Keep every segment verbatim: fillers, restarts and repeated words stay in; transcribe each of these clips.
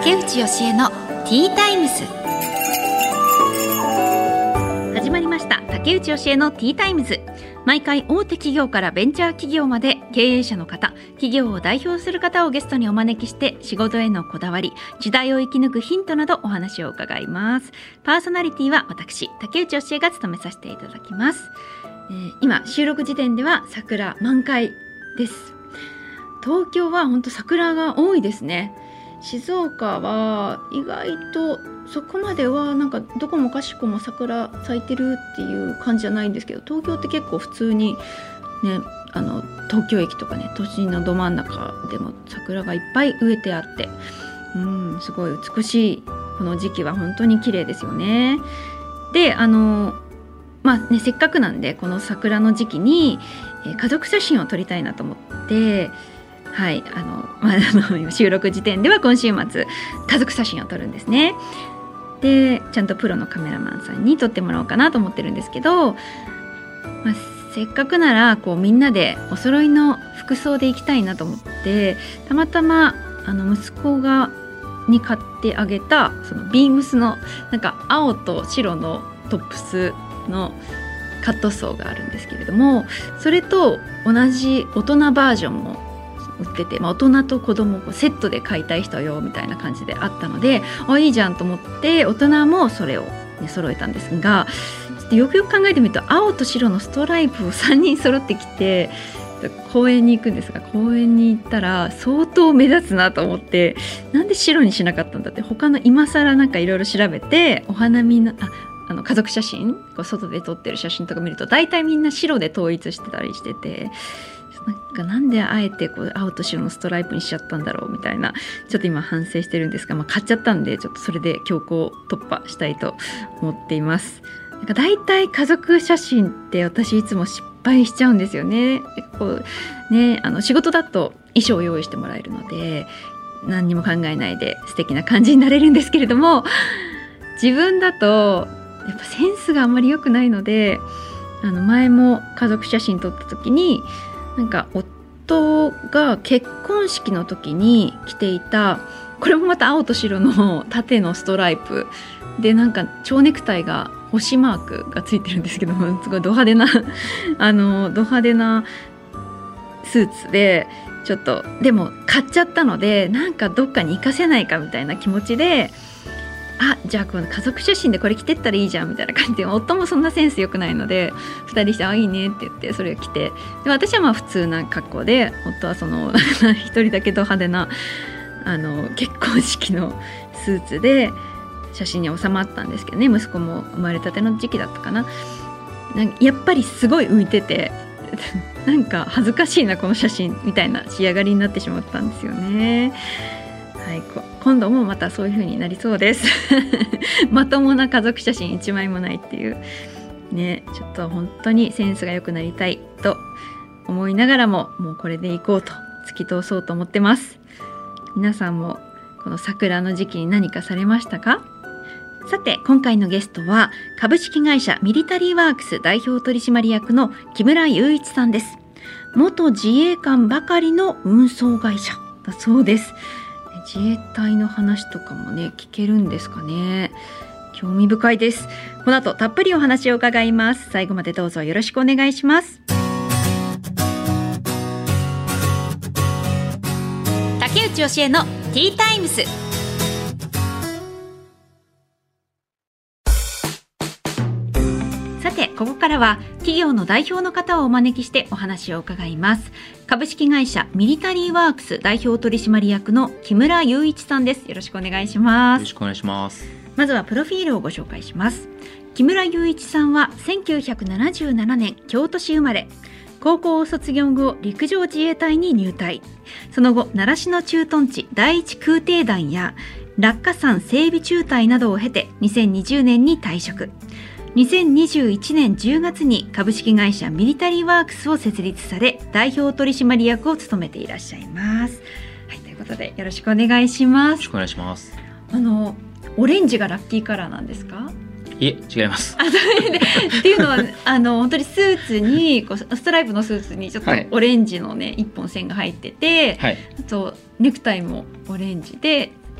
竹内義恵のティータイムズ。始まりました。竹内義恵のティータイムズ。毎回大手企業からベンチャー企業まで経営者の方、企業を代表する方をゲストにお招きして仕事へのこだわり、時代を生き抜くヒントなどお話を伺います。パーソナリティは私竹内義恵が務めさせていただきます。えー、今収録時点では桜満開です。東京は本当桜が多いですね。静岡は意外とそこまではなんかどこもかしこも桜咲いてるっていう感じじゃないんですけど、東京って結構普通にね、あの東京駅とかね、都心のど真ん中でも桜がいっぱい植えてあって、うん、すごい美しい。この時期は本当に綺麗ですよね。で、あのまあね、せっかくなんでこの桜の時期に、えー、家族写真を撮りたいなと思って、はい、あの、まあ、あの収録時点では今週末家族写真を撮るんですね。で、ちゃんとプロのカメラマンさんに撮ってもらおうかなと思ってるんですけど、まあ、せっかくならこうみんなでお揃いの服装で行きたいなと思って、たまたまあの息子がに買ってあげたそのビームスのなんか青と白のトップスのカットソーがあるんですけれども、それと同じ大人バージョンも売ってて、まあ、大人と子供をセットで買いたい人よみたいな感じであったので、あ、いいじゃんと思って大人もそれを、ね、揃えたんですが、ちょっとよくよく考えてみると青と白のストライプをさんにん揃ってきて公園に行くんですが、公園に行ったら相当目立つなと思って、なんで白にしなかったんだって他の今更なんかいろいろ調べて、お花見のああの家族写真、こう外で撮ってる写真とか見ると大体みんな白で統一してたりしてて、なんかなんであえてこう青と白のストライプにしちゃったんだろうみたいな、ちょっと今反省してるんですが、まあ、買っちゃったんでちょっとそれで強行突破したいと思っています。なんかだいたい家族写真って私いつも失敗しちゃうんですよね。こうね、あの仕事だと衣装を用意してもらえるので何にも考えないで素敵な感じになれるんですけれども、自分だとやっぱセンスがあんまり良くないので、あの前も家族写真撮った時になんか夫が結婚式の時に着ていた、これもまた青と白の縦のストライプで、なんか蝶ネクタイが星マークがついてるんですけども、すごいド派手なあのド派手なスーツで、ちょっとでも買っちゃったのでなんかどっかに活かせないかみたいな気持ちで、あ、じゃあこの家族写真でこれ着てったらいいじゃんみたいな感じで、夫もそんなセンス良くないのでふたりしてあ、いいねって言ってそれを着て、で私はまあ普通な格好で、夫はその一人だけド派手なあの結婚式のスーツで写真に収まったんですけどね。息子も生まれたての時期だったかな。なんかやっぱりすごい浮いててなんか恥ずかしいなこの写真みたいな仕上がりになってしまったんですよね。はい、今度もまたそういう風になりそうですまともな家族写真いちまいもないっていうね、ちょっと本当にセンスが良くなりたいと思いながらも、もうこれでいこうと突き通そうと思ってます。皆さんもこの桜の時期に何かされましたか？さて、今回のゲストは株式会社ミリタリーワークス代表取締役の木村雄一さんです。元自衛官ばかりの運送会社だそうです。自衛隊の話とかもね聞けるんですかね。興味深いです。この後たっぷりお話を伺います。最後までどうぞよろしくお願いします。竹内義恵のティータイムス。さて、ここからは企業の代表の方をお招きしてお話を伺います。株式会社ミリタリーワークス代表取締役の木村雄一さんです。よろしくお願いします。 よろしくお願いします。 まずはプロフィールをご紹介します。木村雄一さんはせんきゅうひゃくななじゅうななねん京都市生まれ、高校を卒業後陸上自衛隊に入隊。その後習志野駐屯地第一空挺団や落下山整備中隊などを経てにせんにじゅうねんに退職。にせんにじゅういちねんじゅうがつに株式会社ミリタリーワークスを設立され、代表取締役を務めていらっしゃいます。はい、ということでよろしくお願いします。 よろしくお願いします。 あのオレンジがラッキーカラーなんですか？ いえ、違います。 あっていうのはあの本当にスーツにこうストライプのスーツにちょっとオレンジのね、はい、一本線が入ってて、はい、あとネクタイもオレンジで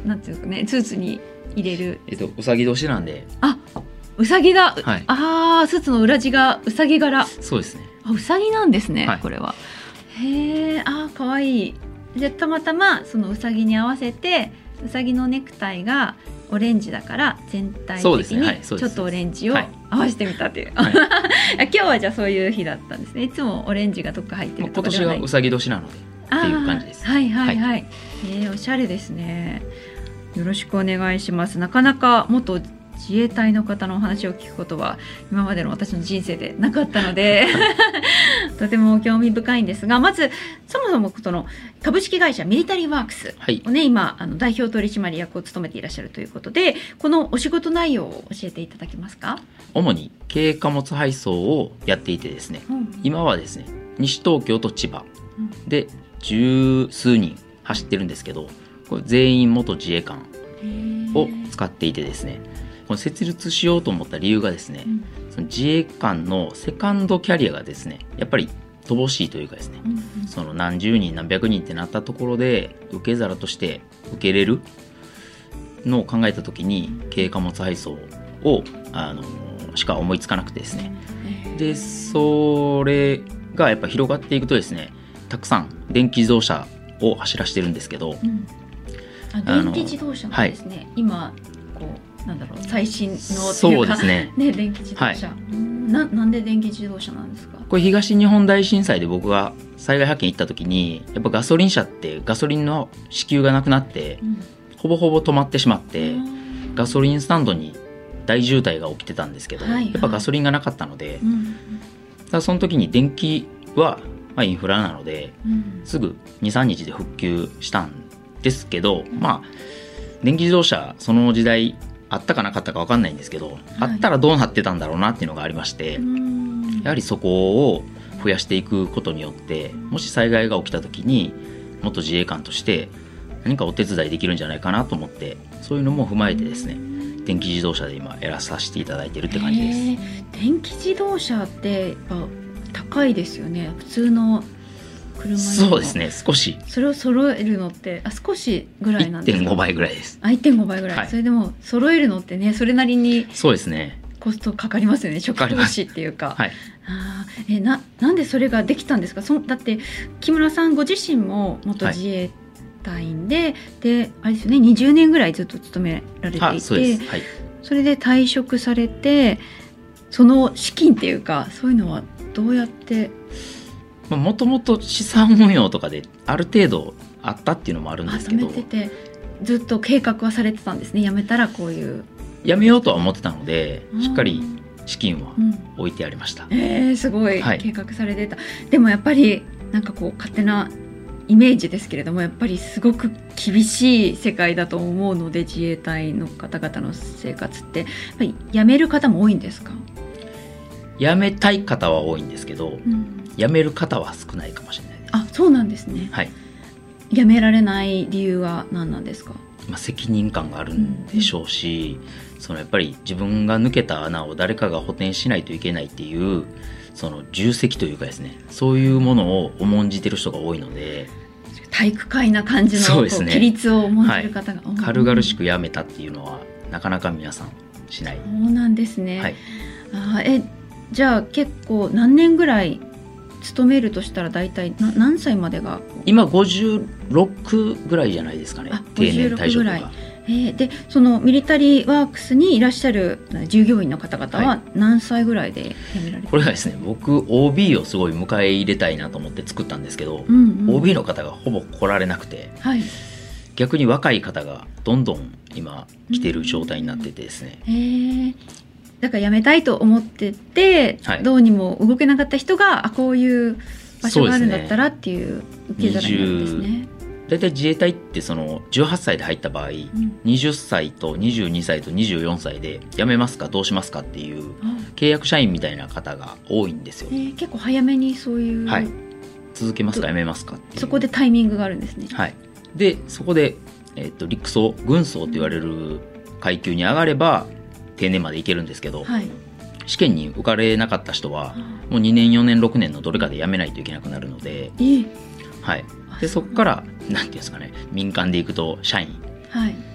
なんていうんですかね、スーツに入れる。 えっとうさぎ年なんで。 あ、うさぎだ。 はい、 ああ、スーツの裏地がうさぎ柄。 そうですね。 あ、うさぎなんですね、 はい、 これは。へえ、あー、かわいい。でたまたまそのうさぎに合わせて、うさぎのネクタイがオレンジだから全体的にちょっとオレンジを合わせてみたっていう、はい、今日はじゃあそういう日だったんですね。いつもオレンジがどっか入ってるとかではない。 今年がうさぎ年なのでっていう感じです。 はいはいはい、はい、えー、おしゃれですね。よろしくお願いします。なかなか元自衛隊の方のお話を聞くことは今までの私の人生でなかったのでとても興味深いんですが、まずそもそもその株式会社ミリタリーワークスをね、はい、今あの代表取締役を務めていらっしゃるということで、このお仕事内容を教えていただけますか？ 主に軽貨物配送をやっていてですね、うん、今はですね西東京と千葉で十数人走ってるんですけど、これ全員元自衛官を使っていてですね、この設立しようと思った理由がですね、うん、その自衛官のセカンドキャリアがですねやっぱり乏しいというかですね、うんうん、その何十人何百人ってなったところで受け皿として受けれるのを考えた時に軽貨物配送をあのしか思いつかなくてですね、でそれがやっぱ広がっていくとですね、たくさん電気自動車を走らせてるんですけど、うん、 あ電気自動車なんですね、はい、今こうなんだろう最新のっていうか、 そうですね、 ね、電気自動車、はい、な, なんで電気自動車なんですか？ これ東日本大震災で僕が災害派遣行った時にやっぱガソリン車ってガソリンの支給がなくなって、うん、ほぼほぼ止まってしまって、ガソリンスタンドに大渋滞が起きてたんですけど、はいはい、やっぱガソリンがなかったので、うん、だその時に電気は、まあ、インフラなので、うん、すぐ にさんにちで復旧したんですけど、うん、まあ電気自動車その時代あったかなかったか分かんないんですけど、はい、あったらどうなってたんだろうなっていうのがありまして、やはりそこを増やしていくことによってもし災害が起きた時に元自衛官として何かお手伝いできるんじゃないかなと思って、そういうのも踏まえてですね電気自動車で今やらさせていただいてるって感じです。 電気自動車ってやっぱ高いですよね、普通の車に。 そうですね、少しそれを揃えるのってあ少しぐらいなんですか？ いってんご 倍ぐらいです。 あ いってんご 倍ぐらい、はい、それでも揃えるのってねそれなりにそうですねコストかかりますよね、初期投資っていうか、 はい、 あえ な, なんでそれができたんですか？そだって木村さんご自身も元自衛隊員で、はい、であれですよねにじゅうねんぐらいずっと勤められていて、 そうです、はい、 それで退職されてその資金っていうかそういうのはどうやって？ もともと資産運用とかである程度あったっていうのもあるんですけど、 貯めててずっと計画はされてたんですね。辞めたらこういう辞めようとは思ってたのでしっかり資金は置いてありました、 うん、えー、すごい計画されてた、はい、でもやっぱりなんかこう勝手なイメージですけれどもやっぱりすごく厳しい世界だと思うので、自衛隊の方々の生活ってやっぱり辞める方も多いんですか？ 辞めたい方は多いんですけど、うん、辞める方は少ないかもしれないです。 あ、そうなんですね、 はい、 辞められない理由は何なんですか？ まあ、責任感があるんでしょうし、うん、そのやっぱり自分が抜けた穴を誰かが補填しないといけないっていうその重責というかですね、そういうものを重んじてる人が多いので、 体育会な感じのこう規律を重んじる方が、はい、 軽々しく辞めたっていうのはなかなか皆さんしない。 そうなんですね、 はい、 あえじゃあ結構何年ぐらい勤めるとしたら大体な何歳までが？ 今ごじゅうろくぐらいじゃないですかね、定年退職が。 えー、でそのミリタリーワークスにいらっしゃる従業員の方々は何歳ぐらいで辞められてるんですか？ これがですね、僕 オービー をすごい迎え入れたいなと思って作ったんですけど、 うんうん、 オービー の方がほぼ来られなくて、 はい、 逆に若い方がどんどん今来てる状態になっててですね、 うん、えーだから辞めたいと思ってて、はい、どうにも動けなかった人があこういう場所があるんだったらっていう受け皿になるんですね。 だいたい自衛隊ってそのじゅうはっさいで入った場合、うん、はたちとにじゅうにさいとにじゅうよんさいで辞めますかどうしますかっていう契約社員みたいな方が多いんですよ、 えー、結構早めにそういう、 はい、続けますか辞めますかっていう、 そこでタイミングがあるんですね。 はい、でそこで、えー、と陸曹軍曹と言われる階級に上がれば定年までいけるんですけど、はい、試験に受かれなかった人はもうにねんよねんろくねんのどれかで辞めないといけなくなるので、 えはい、でそこからなんていうんですかね、民間でいくと社員、 はい、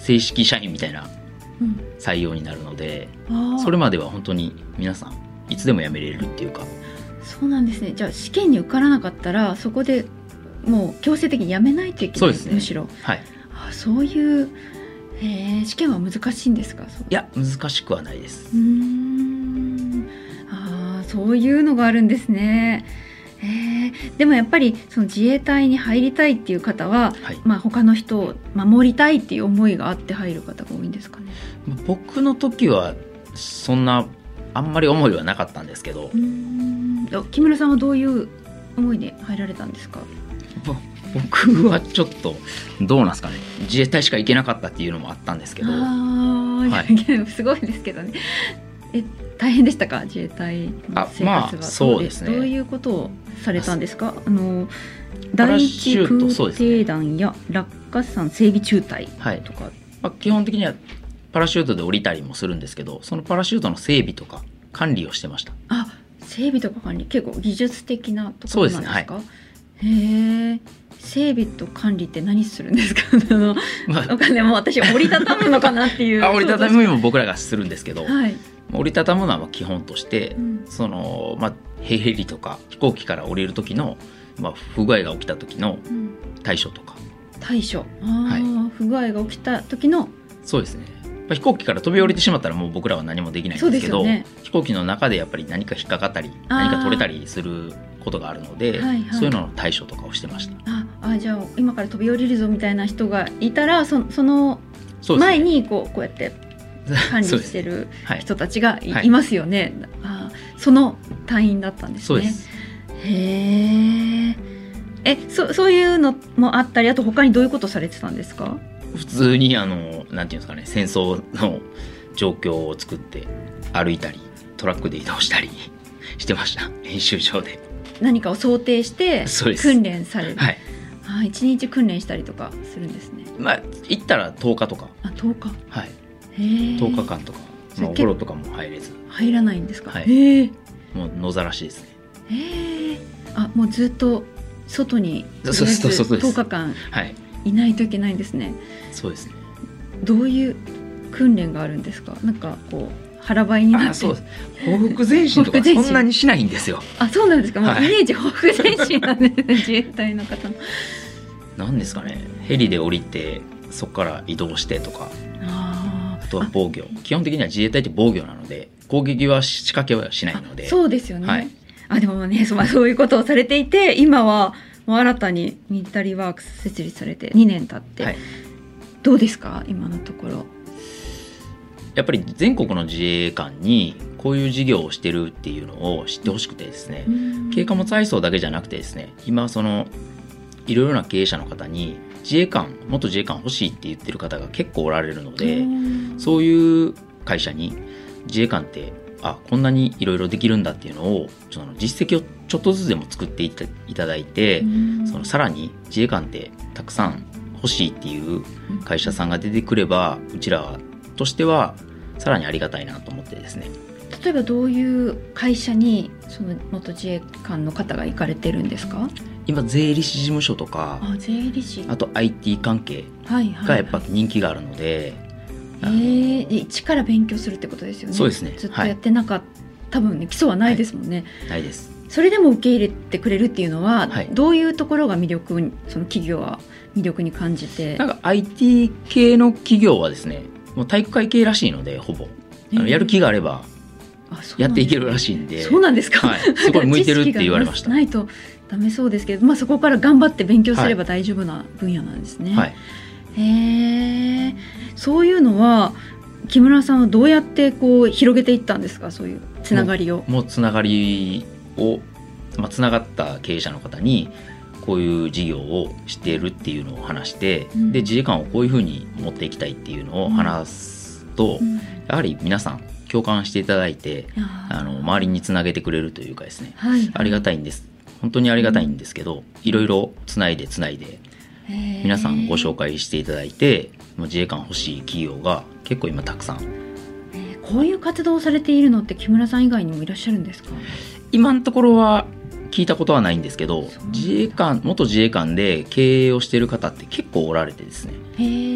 正式社員みたいな採用になるので、 うん、 それまでは本当に皆さんいつでも辞めれるっていうか。 そうなんですね。じゃあ試験に受からなかったらそこでもう強制的に辞めないといけない。 そうですね、 むしろ、 はい、 あそういう、えー、試験は難しいんですか？そういや難しくはないです。 うーんあそういうのがあるんですね。えー、でもやっぱりその自衛隊に入りたいっていう方は、はい、まあ、他の人を守りたいっていう思いがあって入る方が多いんですかね？ 僕の時はそんなあんまり思いはなかったんですけど。 うーん木村さんはどういう思いで入られたんですか？ 僕はちょっとどうなんですかね、自衛隊しか行けなかったっていうのもあったんですけど。あ、 はい、すごいですけどね。え大変でしたか？自衛隊の生活は。 あ、まあ、そうですね。 どういうことをされたんですか？あの第一空挺団や落下傘整備中隊とか、はい、 まあ、基本的にはパラシュートで降りたりもするんですけど、そのパラシュートの整備とか管理をしてました。 あ、整備とか管理、結構技術的なところなんですか？そうですね、はい、へえ。整備と管理って何するんですか？あの、まあ、お金も私折りたたむのかなっていう。 あ、折りたたむも僕らがするんですけど、 はい、 折りたたむのは基本として、うん、そのまあ、ヘリとか飛行機から降りる時の、まあ、不具合が起きた時の対処とか、 うん、対処、あ、はい、不具合が起きた時の。 そうですね、飛行機から飛び降りてしまったらもう僕らは何もできないんですけど、ね、飛行機の中でやっぱり何か引っかかったり何か取れたりすることがあるので、はいはい、そういうのの対処とかをしてました。 ああ、じゃあ今から飛び降りるぞみたいな人がいたら そ, その前にこ う, こうやって管理してる人たちが い,、はい、いますよね。あ、その隊員だったんですね。 そうです。 へえ。え、そ, そういうのもあったり、あと他にどういうことされてたんですか？ 普通にあのなんていうんですかね、戦争の状況を作って歩いたりトラックで移動したりしてました。演習場で何かを想定して訓練される。はい、あ、いちにち訓練したりとかするんですね。 まあ行ったらとおかとか。 あ、とおか。 はい。へえ。とおかかんとか、まあ、お風呂とかも入れず。 入らないんですか？ はい、 へえ。 もう野ざらしですね。 へえ。あ、もうずっと外にとおかかんいないといけないんですね。 そうですね。 どういう訓練があるんですか？なんかこう腹ばいになって。あ、そうです。 報復前進とかそんなにしないんですよ。 あ、そうなんですか。はい、もうイメージ報復前進なんですね。自衛隊の方の。 なんですかね。ヘリで降りてそこから移動してとか。あ, あとは防御。基本的には自衛隊って防御なので攻撃は仕掛けはしないので。 そうですよね。はい、あ、でもね、そ, そういうことをされていて、今はもう新たにミリタリーワークス設立されてにねん経って、はい、どうですか今のところ？ やっぱり全国の自衛官にこういう事業をしてるっていうのを知ってほしくてですね、軽貨物配送だけじゃなくてですね、今そのいろいろな経営者の方に自衛官、元自衛官欲しいって言ってる方が結構おられるので、そういう会社に自衛官ってあこんなにいろいろできるんだっていうのをその実績をちょっとずつでも作っていた、いただいて、そのさらに自衛官ってたくさん欲しいっていう会社さんが出てくれば、うちらとしてはさらにありがたいなと思ってですね。 例えばどういう会社にその元自衛官の方が行かれてるんですか？ 今税理士事務所とか、 あ、税理士、 あと アイティー 関係がやっぱ人気があるので、 はいはいはい、えー、一から勉強するってことですよね。 そうですね。 ずっとやってなかった、はい、多分ね基礎はないですもんね。 はい、ないです。それでも受け入れてくれるっていうのは、はい、どういうところが魅力に、その企業は魅力に感じて？ なんか アイティー 系の企業はですね、もう体育会系らしいので、ほぼあのやる気があればやっていけるらしいんで。 そうなんですか？ はい、すごい向いてるって言われました。 ないとダメそうですけど、まあ、そこから頑張って勉強すれば大丈夫な分野なんですね。はい、へえ。そういうのは木村さんはどうやってこう広げていったんですか？そういうつながりを。 もう、もうつながりを、まあ、つながった経営者の方にこういう事業をしているっていうのを話して、うん、で自衛官をこういうふうに持っていきたいっていうのを話すと、うん、やはり皆さん共感していただいて、あの周りにつなげてくれるというかですね、はいはい、ありがたいんです。本当にありがたいんですけど、いろいろつないでつないで皆さんご紹介していただいて、もう自衛官欲しい企業が結構今たくさん。 こういう活動をされているのって木村さん以外にもいらっしゃるんですか？ 今のところは聞いたことはないんですけど、自衛官、元自衛官で経営をしている方って結構おられてですね、へ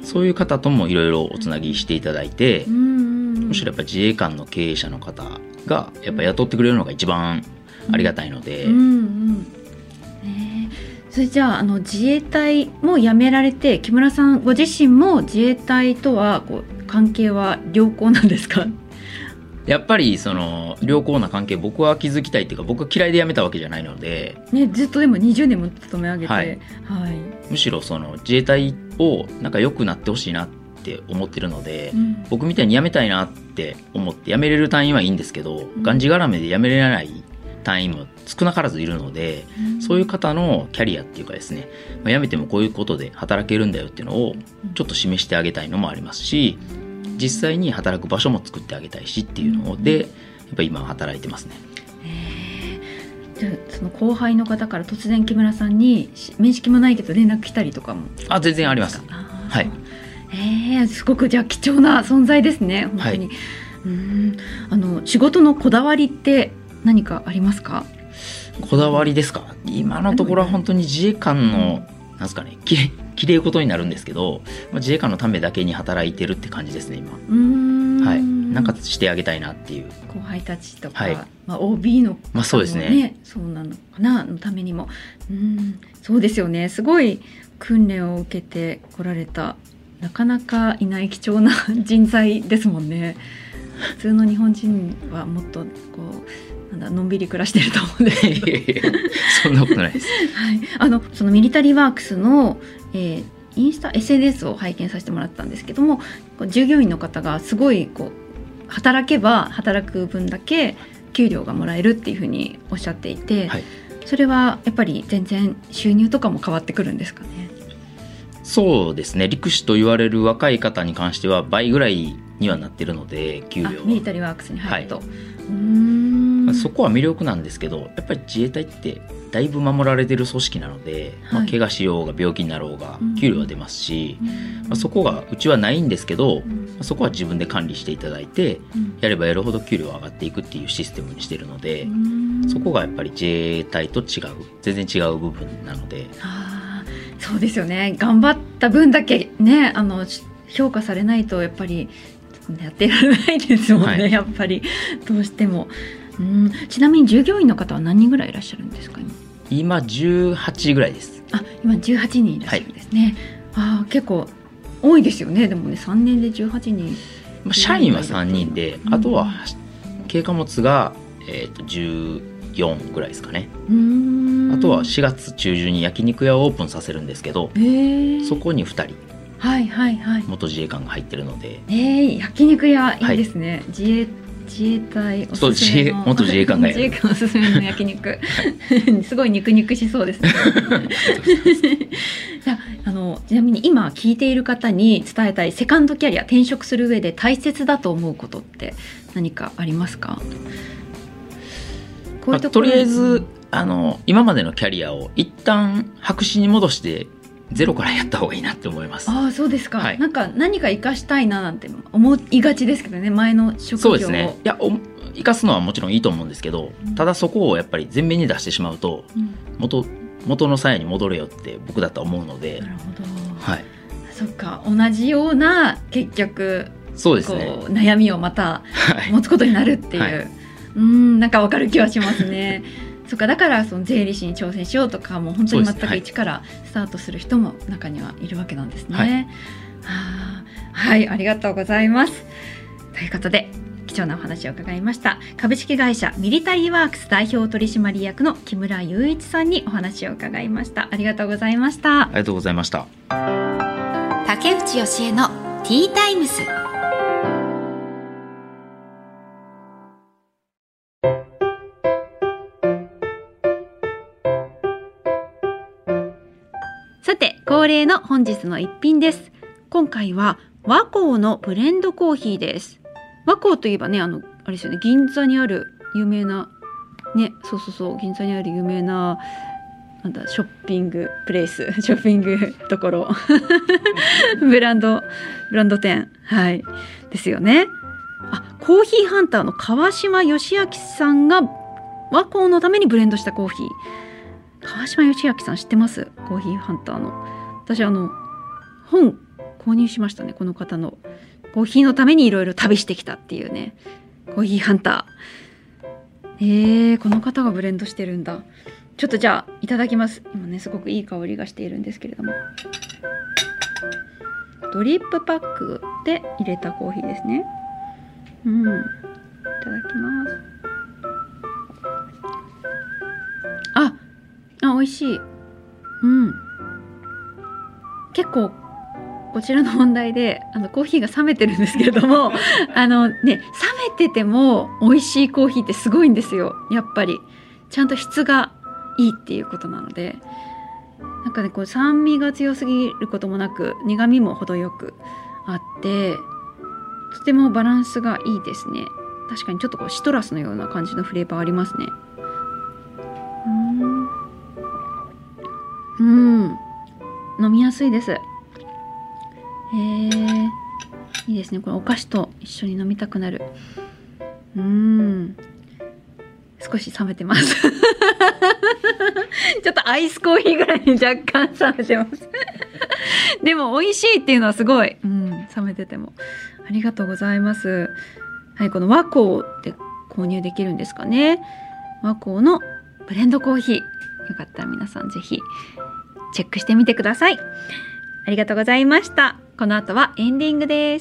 そういう方ともいろいろおつなぎしていただいて、 うんうんうん、 むしろやっぱ自衛官の経営者の方がやっぱ雇ってくれるのが一番ありがたいので、 うんうんうんえー、それじゃあ、あの自衛隊も辞められて、木村さんご自身も自衛隊とはこう関係は良好なんですか？ やっぱりその良好な関係、僕は築きたいっていうか、僕は嫌いで辞めたわけじゃないので、 ね、ずっとでもにじゅうねんも勤め上げて、 はいはい、 むしろその自衛隊をなんか良くなってほしいなって思ってるので、うん、僕みたいに辞めたいなって思って辞めれる隊員はいいんですけど、うん、がんじがらめで辞めれない隊員も少なからずいるので、うん、そういう方のキャリアっていうかですね、まあ、辞めてもこういうことで働けるんだよっていうのをちょっと示してあげたいのもありますし、実際に働く場所も作ってあげたいしっていうので、やっぱり今は働いてますね。 じゃあその後輩の方から突然木村さんに面識もないけど連絡来たりとかも？ あ、全然あります。はい。 えー、すごくじゃあ貴重な存在ですね、本当に。はい、うーん、あの仕事のこだわりって何かありますか？ こだわりですか？今のところは本当に自衛官の、なんですかね、きれきれい事になるんですけど、まあ、自衛官のためだけに働いてるって感じですね今。うーん、はい、なんかしてあげたいなっていう後輩たちとか、はい、まあ、オービー の方もね、 まあ、そうですね、 そうなのかなのためにも、うーん、そうですよね。すごい訓練を受けてこられた、なかなかいない貴重な人材ですもんね。普通の日本人はもっとこうなんだのんびり暮らしてると思うんですけどそんなことないです、 はい、あのそのミリタリーワークスの、えー、インスタ エスエヌエス を拝見させてもらったんですけども、従業員の方がすごいこう働けば働く分だけ給料がもらえるっていうふうにおっしゃっていて、はい、それはやっぱり全然収入とかも変わってくるんですかね？ そうですね、陸士と言われる若い方に関しては倍ぐらいにはなってるので、給料はミリタリーワークスに入ると、はい、うーん、そこは魅力なんですけど、やっぱり自衛隊ってだいぶ守られてる組織なので、はい、まあ、怪我しようが病気になろうが給料は出ますし、うん、まあ、そこがうちはないんですけど、うん、まあ、そこは自分で管理していただいて、うん、やればやるほど給料上がっていくっていうシステムにしてるので、うん、そこがやっぱり自衛隊と違う全然違う部分なので。 あ、そうですよね。頑張った分だけね、あの評価されないとやっぱりやってられないですもんね、はい、やっぱりどうしても。うん、ちなみに従業員の方は何人ぐらいいらっしゃるんですか？ 今じゅうはちぐらいです。 あ、今じゅうはちにんいらっしゃるんですね、はい、あ、結構多いですよね。でもね、さんねんでじゅうはちにん、 まあ、社員はさんにんで、うん、あとは軽貨物が、えー、とじゅうよんぐらいですかね。うーん、あとはしがつ中旬に焼肉屋をオープンさせるんですけど、そこにふたり、 はいはいはい、 元自衛官が入ってるので、 えー、焼肉屋いいですね、はい、自衛自衛隊おすすめの、 元自衛官がやる自衛官おすすめの焼肉、はい、すごい肉肉しそうですねじゃあ、あのちなみに今聞いている方に伝えたいセカンドキャリア、転職する上で大切だと思うことって何かありますか？ こういうところ、まあ、とりあえずあの今までのキャリアを一旦白紙に戻してゼロからやった方がいいなって思います。 ああ、そうですか、はい、なんか何か生かしたいななんて思いがちですけどね、前の職業を。 そうですね、いや生かすのはもちろんいいと思うんですけど、うん、ただそこをやっぱり前面に出してしまうと、うん、元, 元の鞘に戻れよって僕だと思うので。 なるほど、 はい、 そっか、同じような結局そうですね、 こう悩みをまた持つことになるっていう、はいはい、うん、なんか分かる気はしますねそっか、だからその税理士に挑戦しようとか、もう本当に全く一からスタートする人も中にはいるわけなんですね。はい、はあ、はい、ありがとうございます。ということで貴重なお話を伺いました。株式会社ミリタリーワークス代表取締役の木村雄一さんにお話を伺いました。ありがとうございました。 ありがとうございました。 竹内義恵のティータイムス。さて、恒例の本日の一品です。今回は和光のブレンドコーヒーです。和光といえばね、あのあれですよね、銀座にある有名なね、そうそうそう、銀座にある有名ななんだショッピングプレイス、ショッピングところブランドブランド店、はいですよね。あ、コーヒーハンターの川島義明さんが和光のためにブレンドしたコーヒー。川島義明さん知ってます？コーヒーハンターの。私あの本購入しましたね。この方のコーヒーのためにいろいろ旅してきたっていうね、コーヒーハンター。えー、この方がブレンドしてるんだ。ちょっとじゃあいただきます。今ねすごくいい香りがしているんですけれども、ドリップパックで入れたコーヒーですね。うん、いただきます。あ、あ、美味しい。うん。結構こちらの問題であのコーヒーが冷めてるんですけれどもあのね、冷めてても美味しいコーヒーってすごいんですよ。やっぱりちゃんと質がいいっていうことなので、なんかねこう酸味が強すぎることもなく苦味も程よくあって、とてもバランスがいいですね。確かにちょっとこうシトラスのような感じのフレーバーありますね。うん、うん、飲みやすいです。へー、いいですね。これお菓子と一緒に飲みたくなる。うーん、少し冷めてますちょっとアイスコーヒーぐらいに若干冷めてますでも美味しいっていうのはすごい、うん、冷めててもありがとうございます。はい、この和光で購入できるんですかね。和光のブレンドコーヒー、よかったら皆さんぜひチェックしてみてください。ありがとうございました。この後はエンディングです。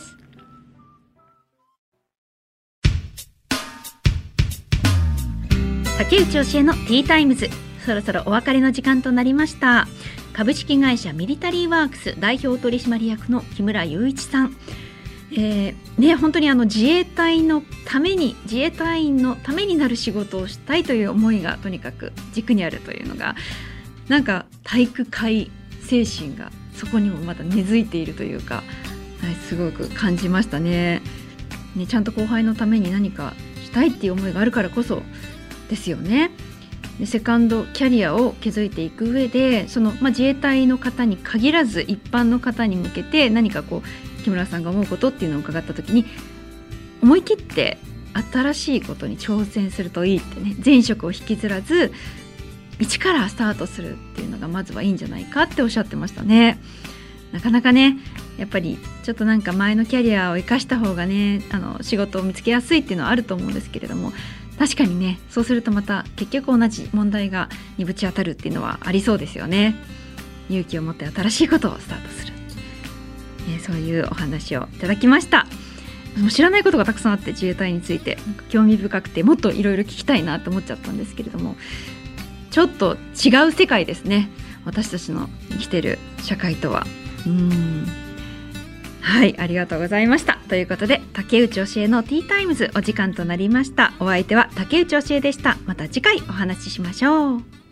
竹内教えのティータイムズ、そろそろお別れの時間となりました。株式会社ミリタリーワークス代表取締役の木村雄一さん、えーね、本当にあの自衛隊のために自衛隊員のためになる仕事をしたいという思いがとにかく軸にあるというのが、なんか体育会精神がそこにもまだ根付いているというか、はい、すごく感じましたね。ね、ちゃんと後輩のために何かしたいっていう思いがあるからこそですよね。でセカンドキャリアを築いていく上で、その、まあ、自衛隊の方に限らず一般の方に向けて何かこう木村さんが思うことっていうのを伺った時に、思い切って新しいことに挑戦するといいってね、前職を引きずらず一からスタートするっていうのがまずはいいんじゃないかっておっしゃってましたね。なかなかね、やっぱりちょっとなんか前のキャリアを生かした方がね、あの仕事を見つけやすいっていうのはあると思うんですけれども、確かにね、そうするとまた結局同じ問題がにぶち当たるっていうのはありそうですよね。勇気を持って新しいことをスタートする、ね、そういうお話をいただきました。もう知らないことがたくさんあって、自衛隊についてなんか興味深くてもっといろいろ聞きたいなと思っちゃったんですけれども、ちょっと違う世界ですね、私たちの生きてる社会とは。うーん、はい、ありがとうございました。ということで、竹内教えのティータイムズお時間となりました。お相手は竹内教えでした。また次回お話ししましょう。